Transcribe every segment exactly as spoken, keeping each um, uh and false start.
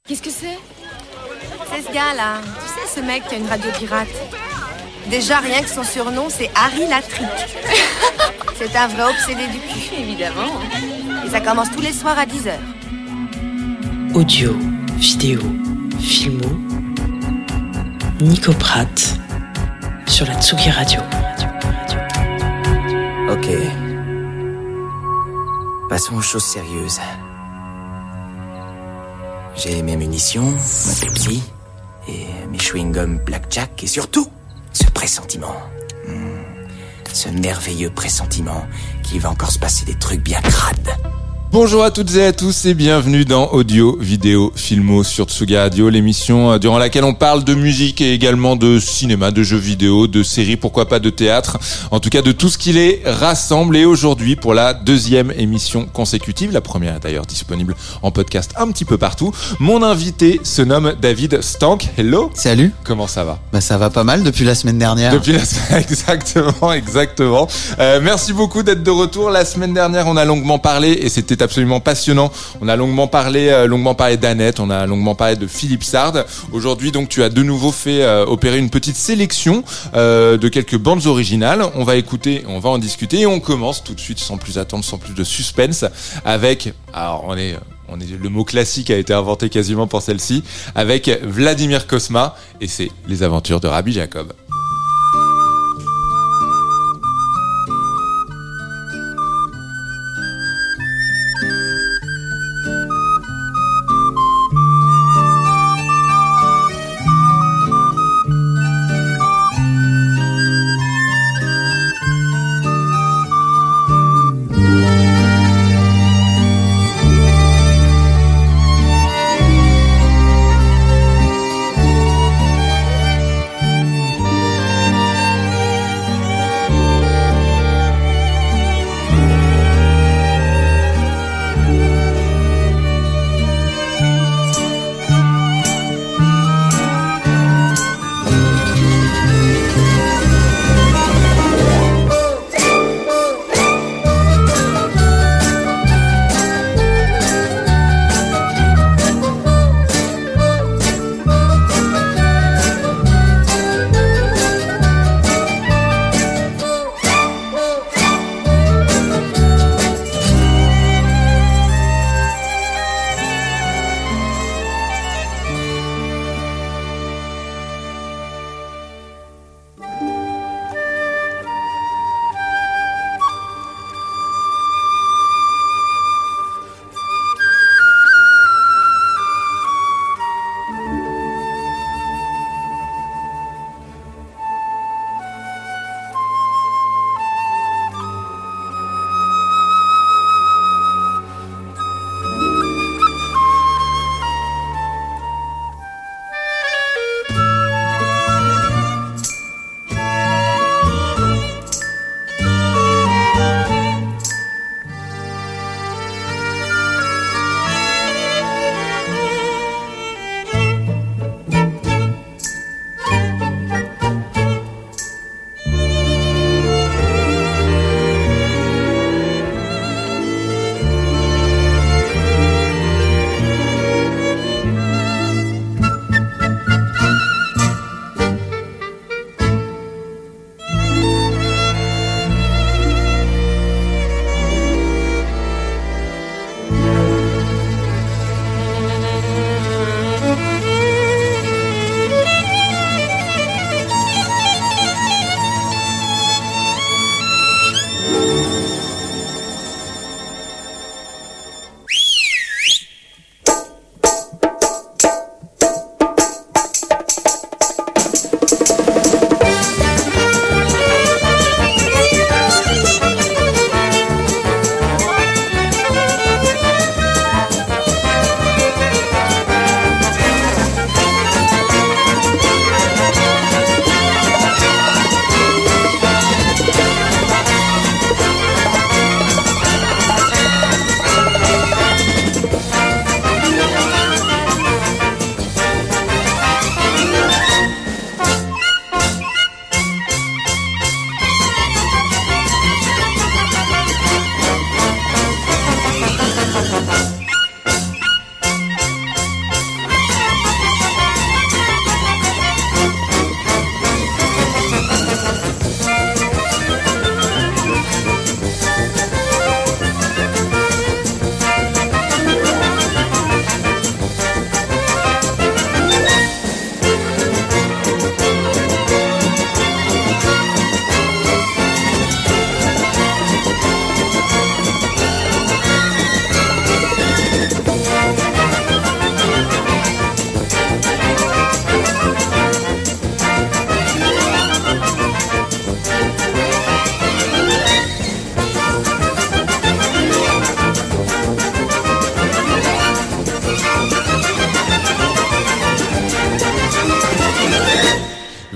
Qu'est-ce que c'est ? C'est ce gars-là. Tu sais, ce mec qui a une radio pirate. Déjà, rien que son surnom, c'est Harry Latrick. C'est un vrai obsédé du cul. Évidemment. Et ça commence tous les soirs à dix heures. Audio, vidéo, filmo. Nico Pratt sur la Tsugi Radio. Ok. Passons aux choses sérieuses. J'ai mes munitions, mon Pepsi, et mes chewing-gums Blackjack, et surtout, ce pressentiment. Hmm. Ce merveilleux pressentiment qu'il va encore se passer des trucs bien crades. Bonjour à toutes et à tous et bienvenue dans Audio, Vidéo, Filmo sur Tsugi Radio, l'émission durant laquelle on parle de musique et également de cinéma, de jeux vidéo, de séries, pourquoi pas de théâtre, en tout cas de tout ce qui les rassemble. Et aujourd'hui, pour la deuxième émission consécutive, la première est d'ailleurs disponible en podcast un petit peu partout, mon invité se nomme David Stank. Hello. Salut. Comment ça va ? Bah ça va pas mal depuis la semaine dernière. Depuis la semaine, exactement, exactement. Euh, merci beaucoup d'être de retour. La semaine dernière, on a longuement parlé et c'était absolument passionnant. On a longuement parlé, euh, longuement parlé d'Annette, on a longuement parlé de Philippe Sard. Aujourd'hui, donc, tu as de nouveau fait euh, opérer une petite sélection euh, de quelques bandes originales. On va écouter, on va en discuter et on commence tout de suite, sans plus attendre, sans plus de suspense, avec, alors on est, on est, le mot classique a été inventé quasiment pour celle-ci, avec Vladimir Cosma et c'est Les Aventures de Rabbi Jacob.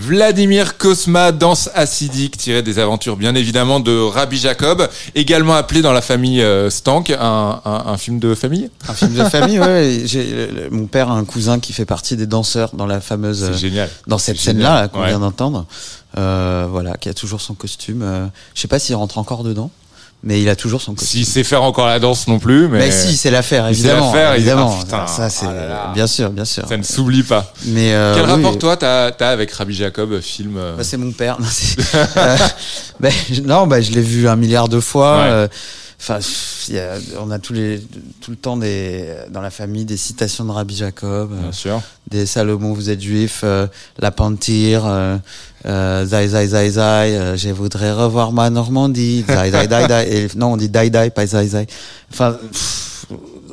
Vladimir Cosma, danse acidique, tiré des aventures bien évidemment de Rabbi Jacob, également appelé dans la famille euh, Stank, un, un, un film de famille. Un film de famille, ouais. J'ai, le, mon père a un cousin qui fait partie des danseurs dans la fameuse. C'est euh, génial. Dans cette C'est scène-là là, qu'on ouais. vient d'entendre. Euh, voilà, qui a toujours son costume. Euh, je sais pas s'il rentre encore dedans. Mais il a toujours son costume. S'il sait faire encore la danse non plus, mais. Mais si, c'est l'affaire, évidemment. C'est l'affaire, évidemment. Ah, putain, ça, c'est, oh là là. bien sûr, bien sûr. Ça ne s'oublie pas. Mais, euh, Quel oui, rapport, mais... toi, t'as, t'as avec Rabbi Jacob, film, euh... bah, c'est mon père. Non, c'est... euh, bah, je... non, bah, je l'ai vu un milliard de fois. Ouais. Euh, Enfin, y a, on a tous les, tout le temps des, dans la famille des citations de Rabbi Jacob, Bien euh, sûr. des Salomon, vous êtes juif, euh, la Pantyre, euh, euh, Zai Zai Zai Zai, euh, je voudrais revoir ma Normandie, Zai Zai Zai Zai, et non, on dit Dai Dai, pas Zai Zai. Enfin, pff,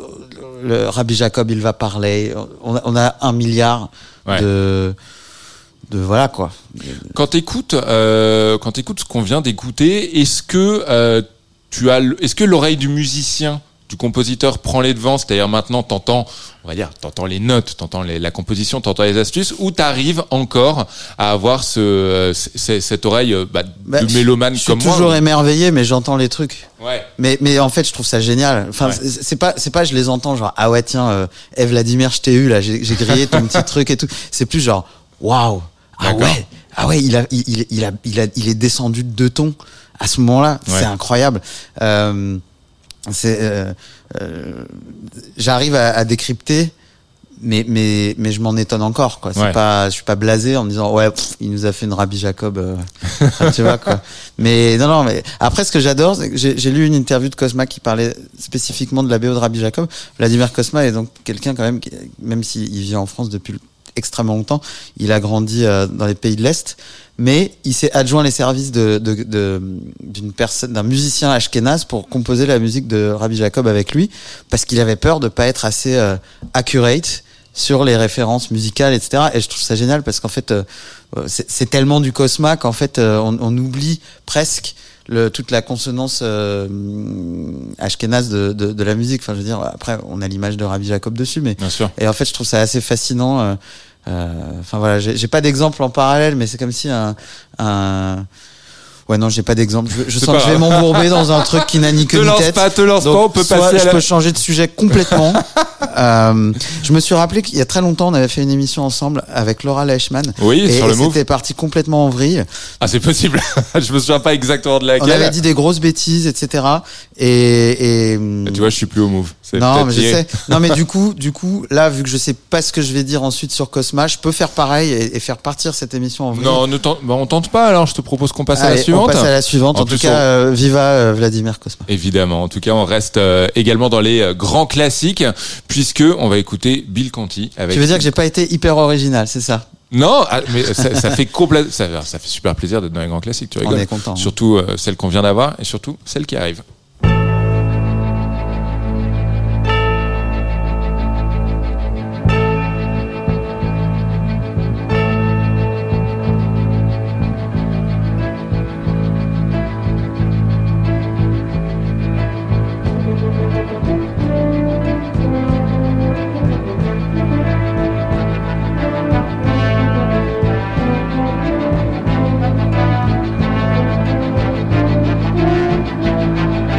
le Rabbi Jacob, il va parler. On a, on a un milliard Ouais. de, de voilà quoi. Quand t'écoutes, euh, quand t'écoutes ce qu'on vient d'écouter, est-ce que euh, tu as, l- est-ce que l'oreille du musicien, du compositeur prend les devants, c'est-à-dire maintenant t'entends, on va dire, t'entends les notes, t'entends les, la composition, t'entends les astuces, ou t'arrives encore à avoir ce, euh, c- cette oreille bah, Bah, de mélomane je suis comme moi. toujours émerveillé, mais j'entends les trucs. Ouais. Mais mais en fait, je trouve ça génial. Enfin, Ouais. c'est, c'est pas c'est pas je les entends genre ah ouais tiens, euh, eh, Vladimir, je t'ai eu là, j'ai, j'ai grillé ton petit truc et tout. C'est plus genre waouh ah D'accord. ouais ah ouais il a il, il il a il a il est descendu de deux tons à ce moment-là. Ouais. C'est incroyable. Euh, c'est euh, euh, j'arrive à, à décrypter. Mais mais mais je m'en étonne encore quoi. C'est Ouais. pas, je suis pas blasé en me disant ouais pff, il nous a fait une Rabbi Jacob, euh, tu vois quoi. Mais non non mais après ce que j'adore, c'est que j'ai, j'ai lu une interview de Cosma qui parlait spécifiquement de la B O de Rabbi Jacob. Vladimir Cosma est donc quelqu'un quand même qui, même s'il vit en France depuis extrêmement longtemps, il a grandi euh, dans les pays de l'Est, mais il s'est adjoint les services de, de, de d'une personne, d'un musicien ashkénaze pour composer la musique de Rabbi Jacob avec lui, parce qu'il avait peur de pas être assez euh, accurate sur les références musicales, et cetera. Et je trouve ça génial parce qu'en fait, euh, c'est, c'est tellement du Cosma qu'en fait, euh, on, on oublie presque le, toute la consonance euh, ashkénaze de, de, de la musique. Enfin, je veux dire, après, on a l'image de Rabbi Jacob dessus, mais Bien sûr. et en fait, je trouve ça assez fascinant. Euh, euh, enfin voilà, j'ai, j'ai pas d'exemple en parallèle, mais c'est comme si un, un... ouais non, j'ai pas d'exemple. Je, je C'est sens pas que je vais grave. m'embourber dans un truc qui n'a ni queue Te ni lance tête. pas, te lance Donc, pas, on peut soit passer à je la... peux changer de sujet complètement. euh, je me suis rappelé qu'il y a très longtemps, on avait fait une émission ensemble avec Laura Leishman. Oui, et, sur et le Move. c'était parti complètement en vrille. Ah, c'est possible. Je me souviens pas exactement de laquelle. On avait dit des grosses bêtises, et cetera. Et, et Tu vois, je suis plus au Move. C'est non, peut-être mais je lié. sais. Non, mais du coup, du coup, là, vu que je sais pas ce que je vais dire ensuite sur Cosma, je peux faire pareil et, et faire partir cette émission en vrille. Non, ne tente, bah, on tente pas, alors je te propose qu'on passe à Allez, la suivante. on passe à la suivante. En En, plus, tout cas, on- euh, viva euh, Vladimir Cosma. Évidemment. En tout cas, on reste euh, également dans les euh, grands classiques, puisque on va écouter Bill Conti avec. Tu veux dire que j'ai pas été hyper original, c'est ça? Non, ah, mais ça, ça fait complètement, ça, ça fait super plaisir d'être dans les grands classiques. Tu On rigoles. est content. hein. Surtout euh, celle qu'on vient d'avoir et surtout celle qui arrive. Thank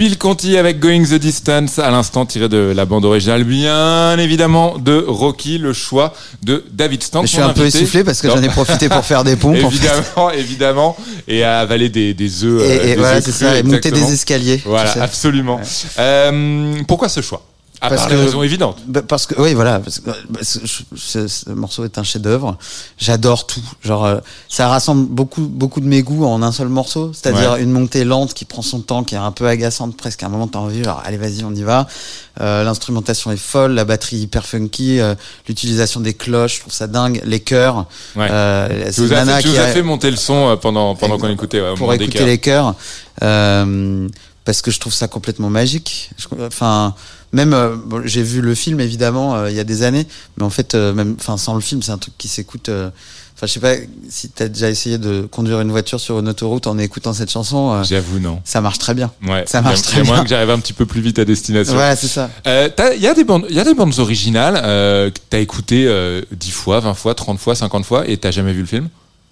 Bill Conti avec Going the Distance, à l'instant tiré de la bande originale, bien évidemment, de Rocky, le choix de David Stank. Je suis un peu essoufflé parce que non. j'en ai profité pour faire des pompes. Évidemment, en fait. évidemment. Et à avaler des, des œufs. Et, et des voilà, œufs c'est crus, ça, et monter exactement. des escaliers. Voilà, absolument. Ouais. Euh, pourquoi ce choix? À parce part que, les raisons évidentes. Bah parce que oui, voilà, parce que, parce que je, ce, ce morceau est un chef-d'œuvre. J'adore tout. Genre, euh, ça rassemble beaucoup, beaucoup de mes goûts en un seul morceau. C'est-à-dire ouais. une montée lente qui prend son temps, qui est un peu agaçante presque. À un moment, t'as envie, genre, allez, vas-y, on y va. Euh, l'instrumentation est folle, la batterie hyper funky, euh, l'utilisation des cloches, je trouve ça dingue. Les chœurs. Ouais. Euh, tu vous as fait, tu vous a... fait monter le son pendant pendant qu'on écoutait. Ouais, pour écouter les chœurs. Euh, parce que je trouve ça complètement magique. Enfin. Même euh, bon, j'ai vu le film évidemment euh, il y a des années, mais en fait euh, même enfin sans le film c'est un truc qui s'écoute. Enfin euh, je sais pas si t'as déjà essayé de conduire une voiture sur une autoroute en écoutant cette chanson. Euh, J'avoue non. Ça marche très bien. Ouais. Ça marche très bien. C'est moins que j'arrive un petit peu plus vite à destination. Ouais c'est ça. Il euh, y a des bandes, il y a des bandes originales euh, que t'as écoutées euh, dix fois, vingt fois, trente fois, cinquante fois et t'as jamais vu le film.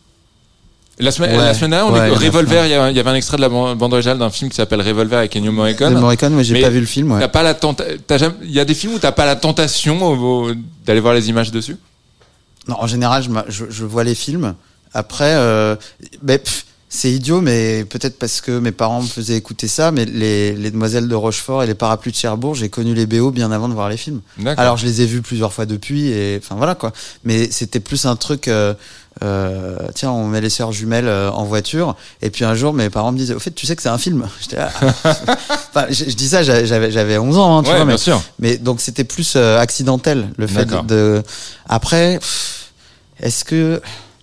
La semaine, ouais, la semaine dernière, on ouais, est, Revolver, il y, y avait un extrait de la bande originale d'un film qui s'appelle Revolver avec Ennio Morricone. Ennio Morricone, mais j'ai mais pas vu le film. Ouais. T'as pas la tenta- t'as jamais, il y a des films où t'as pas la tentation au, au, d'aller voir les images dessus. Non, en général, je, je, je vois les films. Après, euh, ben, pff, c'est idiot, mais peut-être parce que mes parents me faisaient écouter ça. Mais les, les Demoiselles de Rochefort et les Parapluies de Cherbourg, j'ai connu les B O bien avant de voir les films. D'accord. Alors je les ai vus plusieurs fois depuis, et enfin voilà quoi. Mais c'était plus un truc. Euh, Euh, tiens, on met les sœurs jumelles euh, en voiture, et puis un jour mes parents me disaient au fait tu sais que c'est un film. J'étais là, enfin, je, je dis ça, j'avais j'avais onze ans, hein, tu ouais, vois, bien mais, sûr. mais donc c'était plus euh, accidentel le fait de, de après pff, est-ce que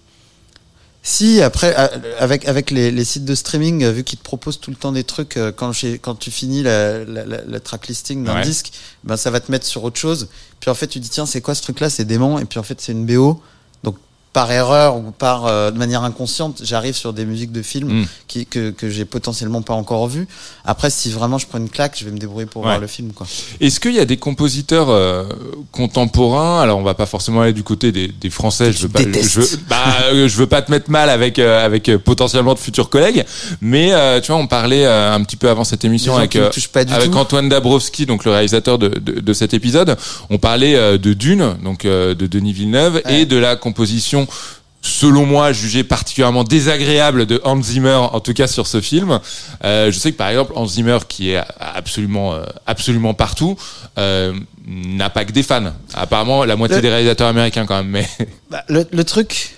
si après avec avec les, les sites de streaming, vu qu'ils te proposent tout le temps des trucs, quand j'ai quand tu finis la la, la, la track listing d'un ouais. disque, ben ça va te mettre sur autre chose, puis en fait tu dis tiens c'est quoi ce truc là, c'est dément, et puis en fait c'est une B O, donc par erreur ou par euh, de manière inconsciente, j'arrive sur des musiques de films mm. qui, que, que j'ai potentiellement pas encore vues. Après, si vraiment je prends une claque, je vais me débrouiller pour ouais. voir le film, quoi. Est-ce qu'il y a des compositeurs euh, contemporains? Alors, on va pas forcément aller du côté des, des Français. Je veux pas, je veux, bah, je veux pas te mettre mal avec euh, avec euh, potentiellement de futurs collègues, mais euh, tu vois, on parlait euh, un petit peu avant cette émission avec euh, avec Antoine Dabrowski, donc le réalisateur de, de, de cet épisode. On parlait euh, de Dune, donc euh, de Denis Villeneuve, ouais. et de la composition, selon moi, jugé particulièrement désagréable de Hans Zimmer, en tout cas sur ce film. Euh, je sais que par exemple Hans Zimmer, qui est absolument euh, absolument partout, euh, n'a pas que des fans. Apparemment, la moitié le... des réalisateurs américains quand même. Mais bah, le, le truc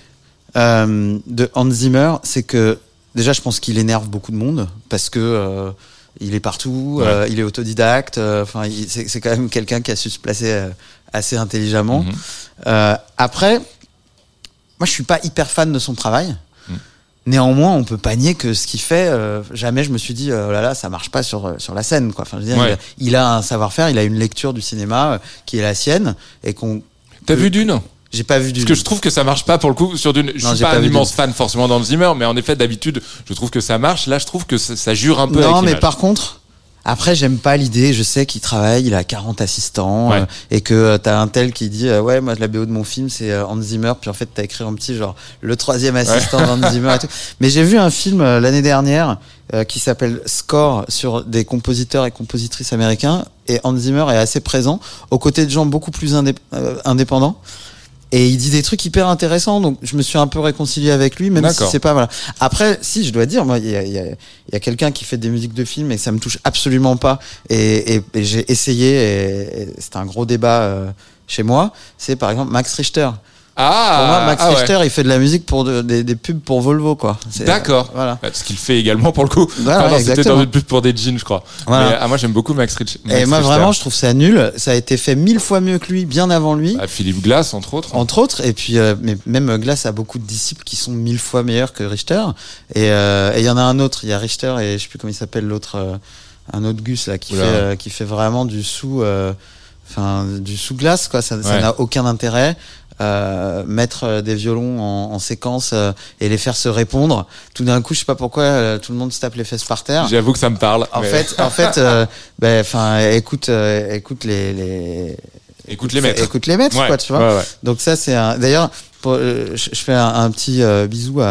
euh, de Hans Zimmer, c'est que déjà, je pense qu'il énerve beaucoup de monde parce que euh, il est partout, ouais. euh, il est autodidacte. Enfin, euh, c'est, c'est quand même quelqu'un qui a su se placer euh, assez intelligemment. Mm-hmm. Euh, après. Moi, je suis pas hyper fan de son travail. Mmh. Néanmoins, on peut pas nier que ce qu'il fait, euh, jamais je me suis dit, oh là là, ça marche pas sur sur la scène, quoi. Enfin, je veux dire, ouais. il, a, il a un savoir-faire, il a une lecture du cinéma euh, qui est la sienne, et qu'on. T'as que, vu Dune? J'ai pas vu Dune. Parce que je trouve que ça marche pas pour le coup sur Dune. Je non, suis pas, pas un immense Dune. fan forcément dans le Zimmer, mais en effet, d'habitude, je trouve que ça marche. Là, je trouve que ça, ça jure un peu. Non, avec mais l'image. par contre. Après, j'aime pas l'idée. Je sais qu'il travaille, il a quarante assistants, ouais. euh, et que euh, t'as un tel qui dit euh, ouais, moi la B O de mon film c'est euh, Hans Zimmer, puis en fait t'as écrit en petit genre le troisième assistant ouais. d'Hans Zimmer et tout. Mais j'ai vu un film euh, l'année dernière euh, qui s'appelle Score, sur des compositeurs et compositrices américains, et Hans Zimmer est assez présent aux côtés de gens beaucoup plus indép- euh, indépendants. Et il dit des trucs hyper intéressants, donc je me suis un peu réconcilié avec lui, même D'accord. si c'est pas voilà. Après, si je dois dire, moi, il y a, il y a, il y a quelqu'un qui fait des musiques de films et ça me touche absolument pas. Et, et, et j'ai essayé, et, et c'était un gros débat euh, chez moi. C'est par exemple Max Richter. Ah, pour moi, Max ah Richter, ouais. il fait de la musique pour de, des, des pubs pour Volvo, quoi. C'est, D'accord. Euh, voilà. Ce qu'il fait également pour le coup. Voilà, Pardon, c'était dans une pub pour des jeans, je crois. Voilà. Mais, ah, moi, j'aime beaucoup Max, Rich, Max Et moi, Richter. vraiment, je trouve ça nul. Ça a été fait mille fois mieux que lui, bien avant lui. Bah, Philippe Glass, entre autres. Entre autres. Et puis, euh, mais même Glass a beaucoup de disciples qui sont mille fois meilleurs que Richter. Et euh, et il y en a un autre. Il y a Richter et je sais plus comment il s'appelle l'autre, euh, un autre Gus là qui Oula. fait euh, qui fait vraiment du sous, enfin euh, du sous glace, quoi. Ça, ouais. ça n'a aucun intérêt. Euh, mettre des violons en, en séquence euh, et les faire se répondre. Tout d'un coup, je sais pas pourquoi euh, tout le monde se tape les fesses par terre. J'avoue que ça me parle. En mais... fait, en fait, euh, ben, enfin, écoute, euh, écoute les, les, écoute les maîtres, écoute les maîtres, ouais. quoi, tu vois. Ouais, ouais. Donc ça, c'est un. D'ailleurs, pour, euh, je, je fais un, un petit euh, bisou à,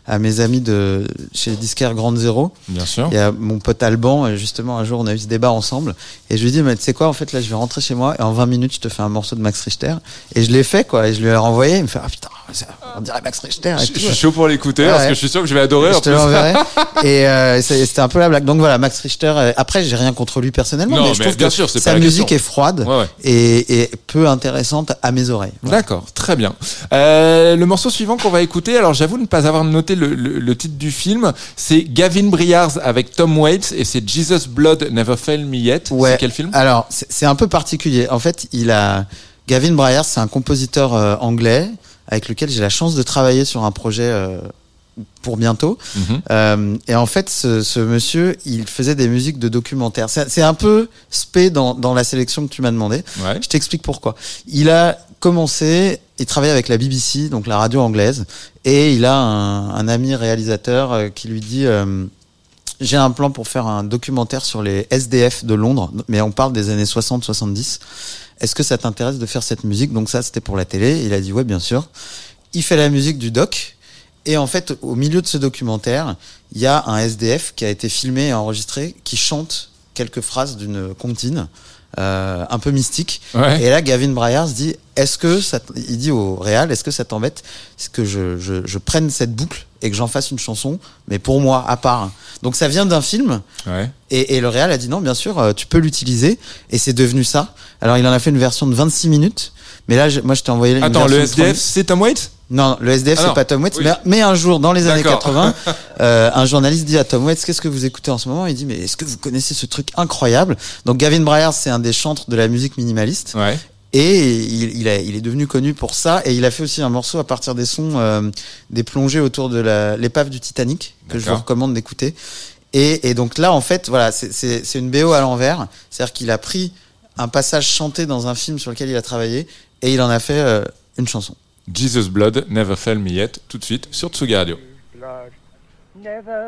à mes amis de chez les disquaires Grande Zéro. Bien sûr. Et à mon pote Alban, et justement, un jour, on a eu ce débat ensemble. Et je lui ai dit, mais tu sais quoi, en fait, là, je vais rentrer chez moi et en vingt minutes, je te fais un morceau de Max Richter. Et je l'ai fait, quoi. Et je lui ai renvoyé. Il me fait, ah putain, on dirait Max Richter. Et Je, tout. je suis chaud pour l'écouter Ouais, parce ouais. que je suis sûr que je vais adorer. Je en te plus. l'enverrai. Et euh, c'est- c'était un peu la blague. Donc voilà, Max Richter. euh, Après, j'ai rien contre lui personnellement, Non, mais je mais trouve bien que sûr, c'est sa pas la musique question. est froide Ouais, ouais. et, et peu intéressante à mes oreilles. Voilà. D'accord, très bien. Euh, le morceau suivant qu'on va écouter, alors j'avoue ne pas avoir noté le, le, le titre du film, c'est Gavin Bryars avec Tom Waits et c'est Jesus Blood Never Failed Me Yet. Ouais. C'est quel film? Alors, c'est c'est un peu particulier. En fait, il a Gavin Bryars, c'est un compositeur euh, anglais avec lequel j'ai la chance de travailler sur un projet euh, pour bientôt. Mhm. Euh, et en fait, ce, ce monsieur, il faisait des musiques de documentaires. C'est c'est un peu spé dans, dans la sélection que tu m'as demandé. Ouais. Je t'explique pourquoi. Il a commencé, il travaillait avec la B B C, donc la radio anglaise, et il a un, un ami réalisateur euh, qui lui dit euh, j'ai un plan pour faire un documentaire sur les S D F de Londres, mais on parle des années soixante soixante-dix. Est-ce que ça t'intéresse de faire cette musique? Donc ça, c'était pour la télé. Il a dit ouais, bien sûr. Il fait la musique du doc. Et en fait, au milieu de ce documentaire, il y a un S D F qui a été filmé et enregistré, qui chante quelques phrases d'une comptine, euh, un peu mystique. Ouais. Et là, Gavin Bryars dit, est-ce que ça, t- il dit au réal, est-ce que ça t'embête que je, je, je prenne cette boucle et que j'en fasse une chanson, mais pour moi, à part. Donc ça vient d'un film. Ouais. Et, et le réal a dit non, bien sûr, euh, tu peux l'utiliser. Et c'est devenu ça. Alors il en a fait une version de vingt-six minutes. Mais là, je- moi, je t'ai envoyé une Attends, version le de S D F, trente. c'est Tom Waits? Non, le S D F, Ah c'est non. pas Tom Waits. Oui. Mais, mais un jour, dans les années D'accord. quatre-vingts, euh, un journaliste dit à Tom Waits, qu'est-ce que vous écoutez en ce moment? Il dit, mais est-ce que vous connaissez ce truc incroyable? Donc Gavin Bryars, c'est un des chantres de la musique minimaliste. Ouais. Et il, il, a, il est devenu connu pour ça. Et il a fait aussi un morceau à partir des sons euh, des plongées autour de la, l'épave du Titanic, que je vous D'accord. recommande d'écouter. Et, et donc là, en fait, voilà, c'est, c'est, c'est une B O à l'envers. C'est-à-dire qu'il a pris un passage chanté dans un film sur lequel il a travaillé et il en a fait euh, une chanson. Jesus Blood Never Failed Me Yet, tout de suite sur Tsugi Radio. Blood never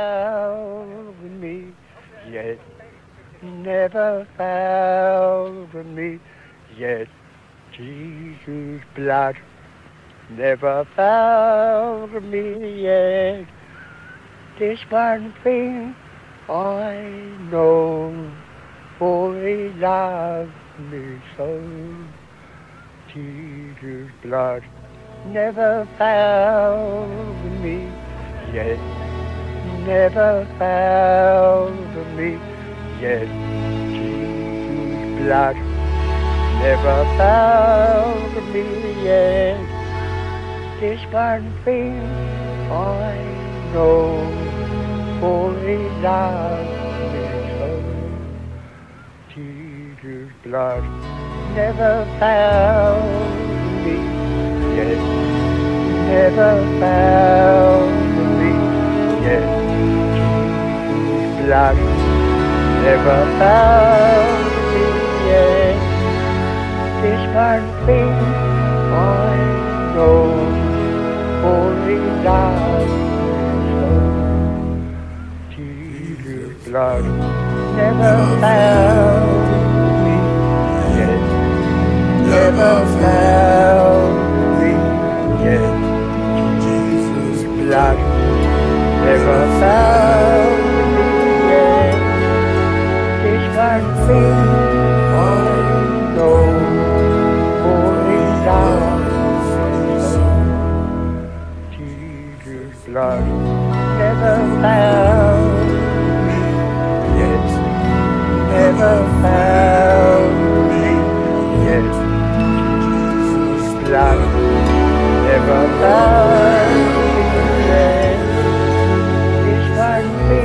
found me yet, never found me yet. Jesus' blood never found me yet. This one thing I know, for he loved me so. Jesus' blood never found me yet, never found me yet. Jesus' blood never found me yet. This one thing I know, for he loves me so. Jesus' blood never found me yet, never found me yet. Jesus' blood never found me yet. This one thing I know, for he loves me so. Jesus' blood never found me yet, never found me yet. Jesus' blood never found me yet. This one thing I know, for he loves me so. Jesus' blood never found me yet, never found me yet. Jesus' blood never found me yet. This one thing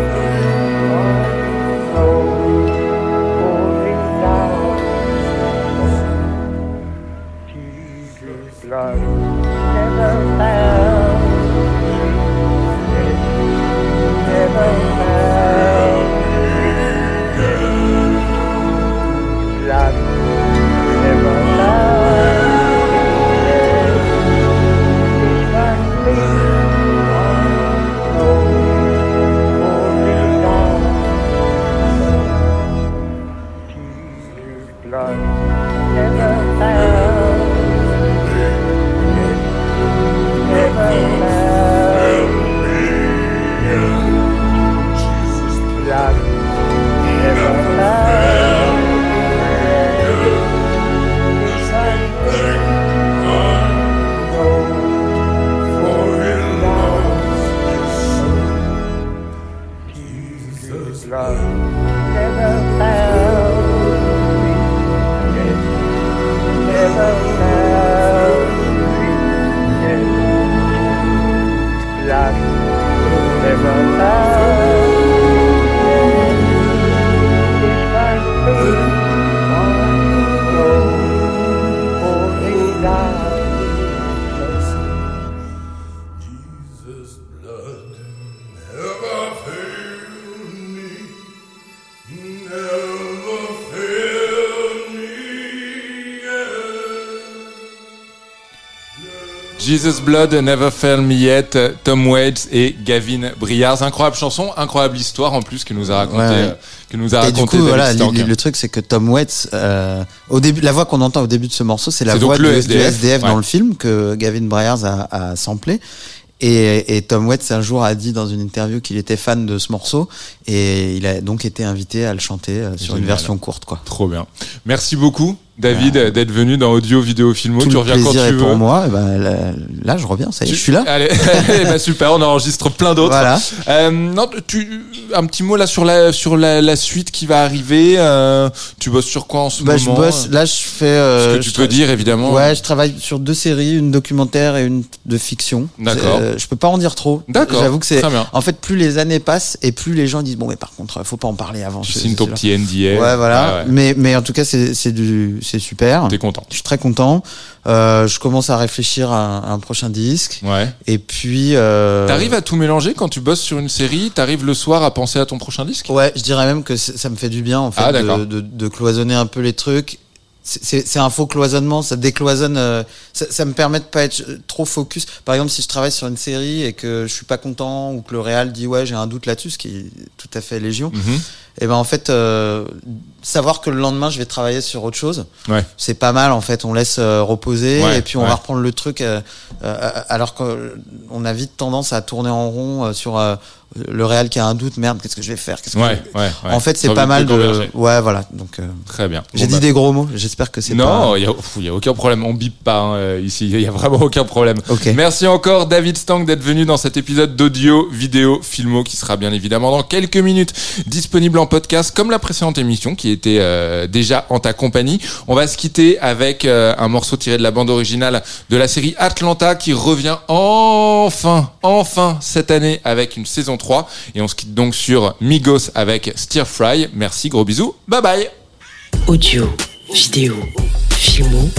love never found me yet. Never found me yet. Love never found me yet. If I could know only that. Jesus Blood Never Failed Me Yet, Tom Waits et Gavin Bryars. Incroyable chanson, incroyable histoire en plus que nous a raconté, ouais, ouais. Euh, que nous a et raconté. Du coup, voilà, le, le, le truc c'est que Tom Waits, euh, au début, la voix qu'on entend au début de ce morceau, c'est la c'est voix le du S D F, S D F ouais. dans le film que Gavin Bryars a, a samplé. Et, et Tom Waits un jour a dit dans une interview qu'il était fan de ce morceau et il a donc été invité à le chanter sur Génial. Une version courte, quoi. Trop bien. Merci beaucoup, David, ouais. d'être venu dans Audio, Vidéo, Filmo. Tout tu le reviens quand tu plaisir veux. est pour moi. Et ben là, là, je reviens. Ça y est, tu... je suis là. Allez, allez bah super. On enregistre plein d'autres. Voilà. Euh, non, tu un petit mot là sur la sur la, la suite qui va arriver. Euh, tu bosses sur quoi en ce bah, moment? Je bosse. Là, je fais. Euh, Ce que tu peux tra... dire évidemment. Ouais, je travaille sur deux séries, une documentaire et une de fiction. D'accord. Euh, je peux pas en dire trop. D'accord. J'avoue que c'est. Très bien. En fait, plus les années passent et plus les gens disent bon, mais par contre, faut pas en parler avant. Tu signes ton petit N D A. Ouais, voilà. Ah, ouais. Mais mais en tout cas, c'est c'est du c'est super. T'es content? Je suis très content. Euh, je commence à réfléchir à un, à un prochain disque. Ouais. Et puis. Euh... T'arrives à tout mélanger quand tu bosses sur une série. T'arrives le soir à penser à ton prochain disque. Ouais, je dirais même que ça me fait du bien en fait ah, de, de, de cloisonner un peu les trucs. C'est, c'est un faux cloisonnement, ça décloisonne, euh, ça, ça me permet de pas être trop focus. Par exemple, si je travaille sur une série et que je suis pas content ou que le réal dit ouais j'ai un doute là-dessus, ce qui est tout à fait légion, mm-hmm. et ben en fait euh, savoir que le lendemain je vais travailler sur autre chose, ouais. c'est pas mal en fait. On laisse euh, reposer ouais, et puis on ouais. va reprendre le truc euh, euh, alors qu'on a vite tendance à tourner en rond euh, sur euh, le réal qui a un doute, merde, qu'est-ce que je vais faire, qu'est-ce que ouais, je... ouais, ouais. En fait, c'est pas mal de, de... ouais, voilà. Donc, euh... très bien. J'ai bon, dit bah... des gros mots. J'espère que c'est non, pas. Non, il y a, il y a aucun problème. On bip pas hein, ici. Il y a vraiment aucun problème. Okay. Merci encore, David Stang, d'être venu dans cet épisode d'Audio, Vidéo, Filmo, qui sera bien évidemment dans quelques minutes disponible en podcast, comme la précédente émission qui était euh, déjà en ta compagnie. On va se quitter avec euh, un morceau tiré de la bande originale de la série Atlanta, qui revient enfin, enfin cette année avec une saison trois. Et on se quitte donc sur Migos avec Stir Fry. Merci, gros bisous, bye bye. Audio, vidéo, filmo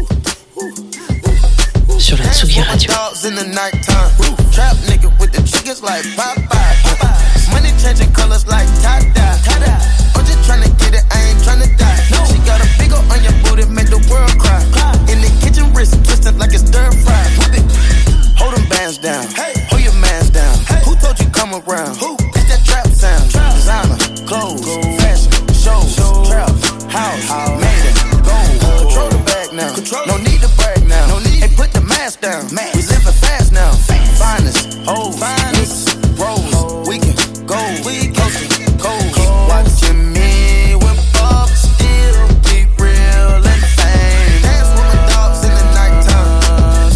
sur la Tsugi Radio. Trap nigga with the triggers like Popeye. Money changing colors like tie-dye. I'm just tryna get it, I ain't tryna die. She got a big ol' on your booty, make the world cry. In the kitchen, wrist twisted like it's stir fry. Hold them bands down, hold your mans down. Who told you come around? It's that trap sound. Designer, clothes, fashion, shows, trap, house, made it, gold. Control the bag now, no need to brag now. Hey, put the mask down, we living fast now. Finest, hoes, finest, rose, we can go, we can go. Keep watching me whip up, still be real and fame. Dance with my dogs in the nighttime.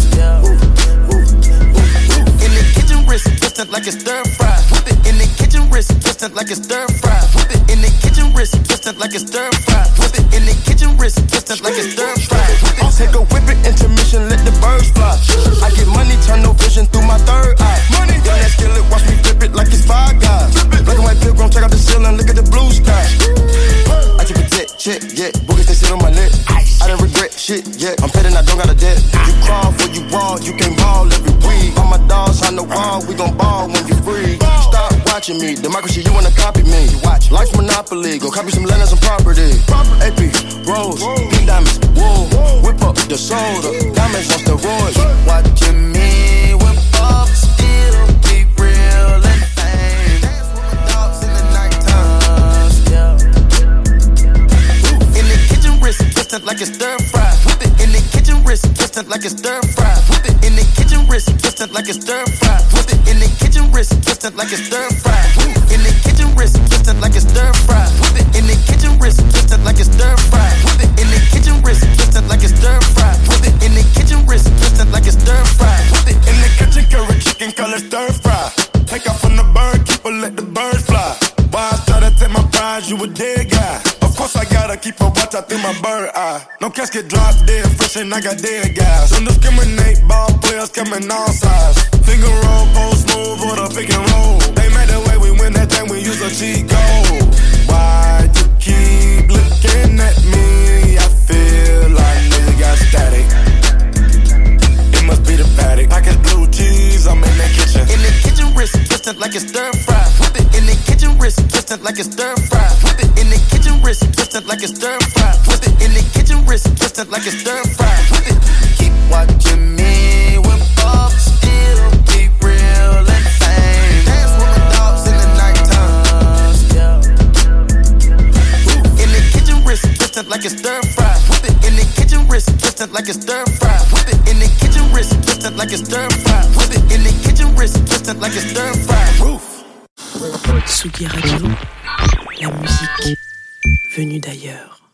In the kitchen, wrist twisted like it's stir fry. Whip it in the kitchen, wrist twisted like it's stir fry. Whip it in the kitchen, wrist twisted like it's stir fry. Whip it in the kitchen, wrist twisted like it's stir fry. I'll take a whip it, intermission, let the birds fly. I get money, turn no vision through my third eye. Money, got that skillet, watch me flip it like it's Five Guys. Black and white pilgrim, check out the ceiling, look at the blue sky. I keep a tit, check, yeah, boogers they sit on my lip. I didn't regret shit, yeah, I'm petting, I don't got a debt. You crawl for you raw, you can't ball every week. All my dogs on the wall, we gon' ball when you free. Stop watching me, democracy, you wanna copy me. Life's Monopoly, go copy some land and some property. A P, Rose, pink diamonds, wool. Whip up the soda, diamonds on steroids. Watching me whip up, still be real and fame. Dance with my dogs in the nighttime. In the kitchen, wrist twisted like it's stir fry. Whip it in the kitchen, wrist twisted like it's stir fry. Whip it in the kitchen, wrist twisted like it's stir fry. Whip it in the kitchen, wrist twisted like it's stir fry. In the kitchen, wrist twisted like it's stir fry. Whip it in the kitchen, wrist twisted like it's stir fry. Whip it in the kitchen, wrist twisted like it's stir fry. Whip it in the kitchen, wrist twisted like it's stir fry. Whip it in the kitchen, curry chicken color stir fry. Take off from the bird, keep her, let the birds fly. Why I started eyes, you a dead guy. Of course I gotta keep a watch out through my bird eye. No casket drop dead fresh and I got dead guys. Don't discriminate, ball players coming all sides. Finger roll, post move, or the pick and roll. They made the way we win that thing, we use a cheat code. Why you keep looking at me? I feel like nigga got static. It must be the paddock. Package blue cheese, I'm in the kitchen. In the kitchen, wrist twisted like it's stir fry. Whip it in the kitchen, wrist twisted like it's stir fry. Whip it in the kitchen, wrist twisted like it's stir fry. Whip it in the kitchen, wrist twisted like it's stir fry. Whip it. Keep watching me whip up, still be real and fame. Dance with my dogs in the nighttime. In the kitchen, wrist twisted like it's stir fry. Whip it in the kitchen, wrist twisted like it's stir fry. Whip it in the kitchen, wrist twisted like it's stir fry. Whip it in the kitchen, wrist twisted like it's stir fry. Roof. Tsugi Radio, la musique venue d'ailleurs.